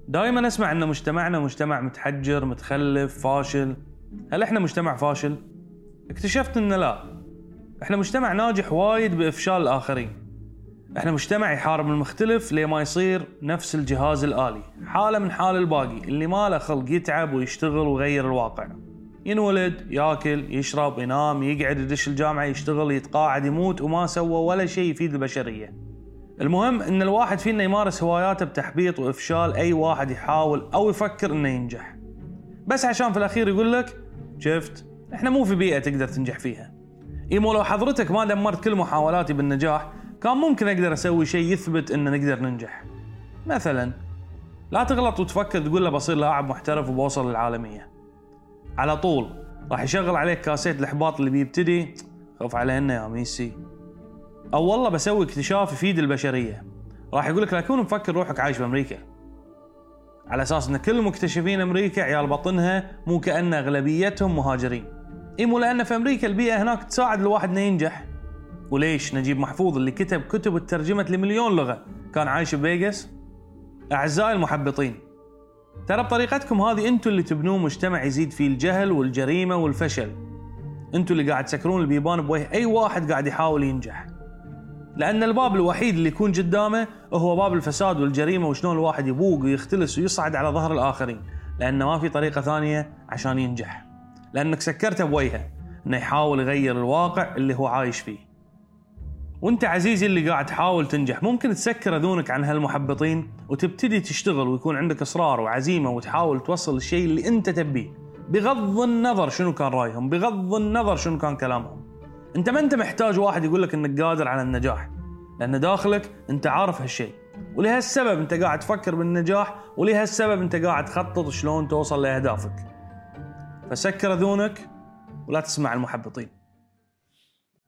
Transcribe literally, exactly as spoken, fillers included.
دائما اسمع ان مجتمعنا مجتمع متحجر متخلف فاشل. هل احنا مجتمع فاشل؟ اكتشفت ان لا، احنا مجتمع ناجح وايد بافشال الاخرين. احنا مجتمع يحارب المختلف ليه ما يصير نفس الجهاز الآلي، حالة من حال الباقي اللي ما له خلق يتعب ويشتغل ويغير الواقع. ينولد ياكل يشرب ينام يقعد يدش الجامعة يشتغل يتقاعد يموت وما سوى ولا شيء يفيد البشرية. المهم ان الواحد فينا يمارس هواياته بتحبيط وافشال اي واحد يحاول او يفكر انه ينجح، بس عشان في الاخير يقول لك شفت احنا مو في بيئة تقدر تنجح فيها. ايمو لو حضرتك ما دمرت كل محاولاتي بالنجاح كان ممكن اقدر اسوي شيء يثبت ان نقدر ننجح. مثلا لا تغلط وتفكر تقول له بصير لاعب محترف وبوصل للعالمية، على طول راح يشغل عليك كاسيت الاحباط اللي بيبتدي خوف علينا يا ميسي، او والله بسوي اكتشاف يفيد البشرية. راح يقول لك لا تكون مفكر روحك عايش بامريكا، على اساس ان كل مكتشفين امريكا عيال بطنها مو كأن اغلبيتهم مهاجرين. اي مو لان في امريكا البيئة هناك تساعد الواحد انه ينجح. وليش نجيب محفوظ اللي كتب كتب وترجمت لمليون لغة كان عايش بفيغاس؟ اعزائي المحبطين، ترى بطريقتكم هذه انتوا اللي تبنون مجتمع يزيد فيه الجهل والجريمة والفشل. انتوا اللي قاعد تسكرون البيبان بوجه اي واحد قاعد يحاول ينجح، لأن الباب الوحيد اللي يكون قدامه هو باب الفساد والجريمة وشلون الواحد يبوق ويختلس ويصعد على ظهر الآخرين، لأنه ما في طريقة ثانية عشان ينجح، لأنك سكرته بوجهه إنه يحاول يغير الواقع اللي هو عايش فيه. وانت عزيزي اللي قاعد تحاول تنجح ممكن تسكر أذونك عن هالمحبطين وتبتدي تشتغل ويكون عندك إصرار وعزيمة وتحاول توصل الشيء اللي انت تبيه، بغض النظر شنو كان رأيهم، بغض النظر شنو كان كلامهم. انت ما انت محتاج واحد يقول لك انك قادر على النجاح، لان داخلك انت عارف هالشيء، ولهالسبب انت قاعد تفكر بالنجاح، ولهالسبب انت قاعد تخطط شلون توصل لاهدافك. فسكر اذونك ولا تسمع المحبطين.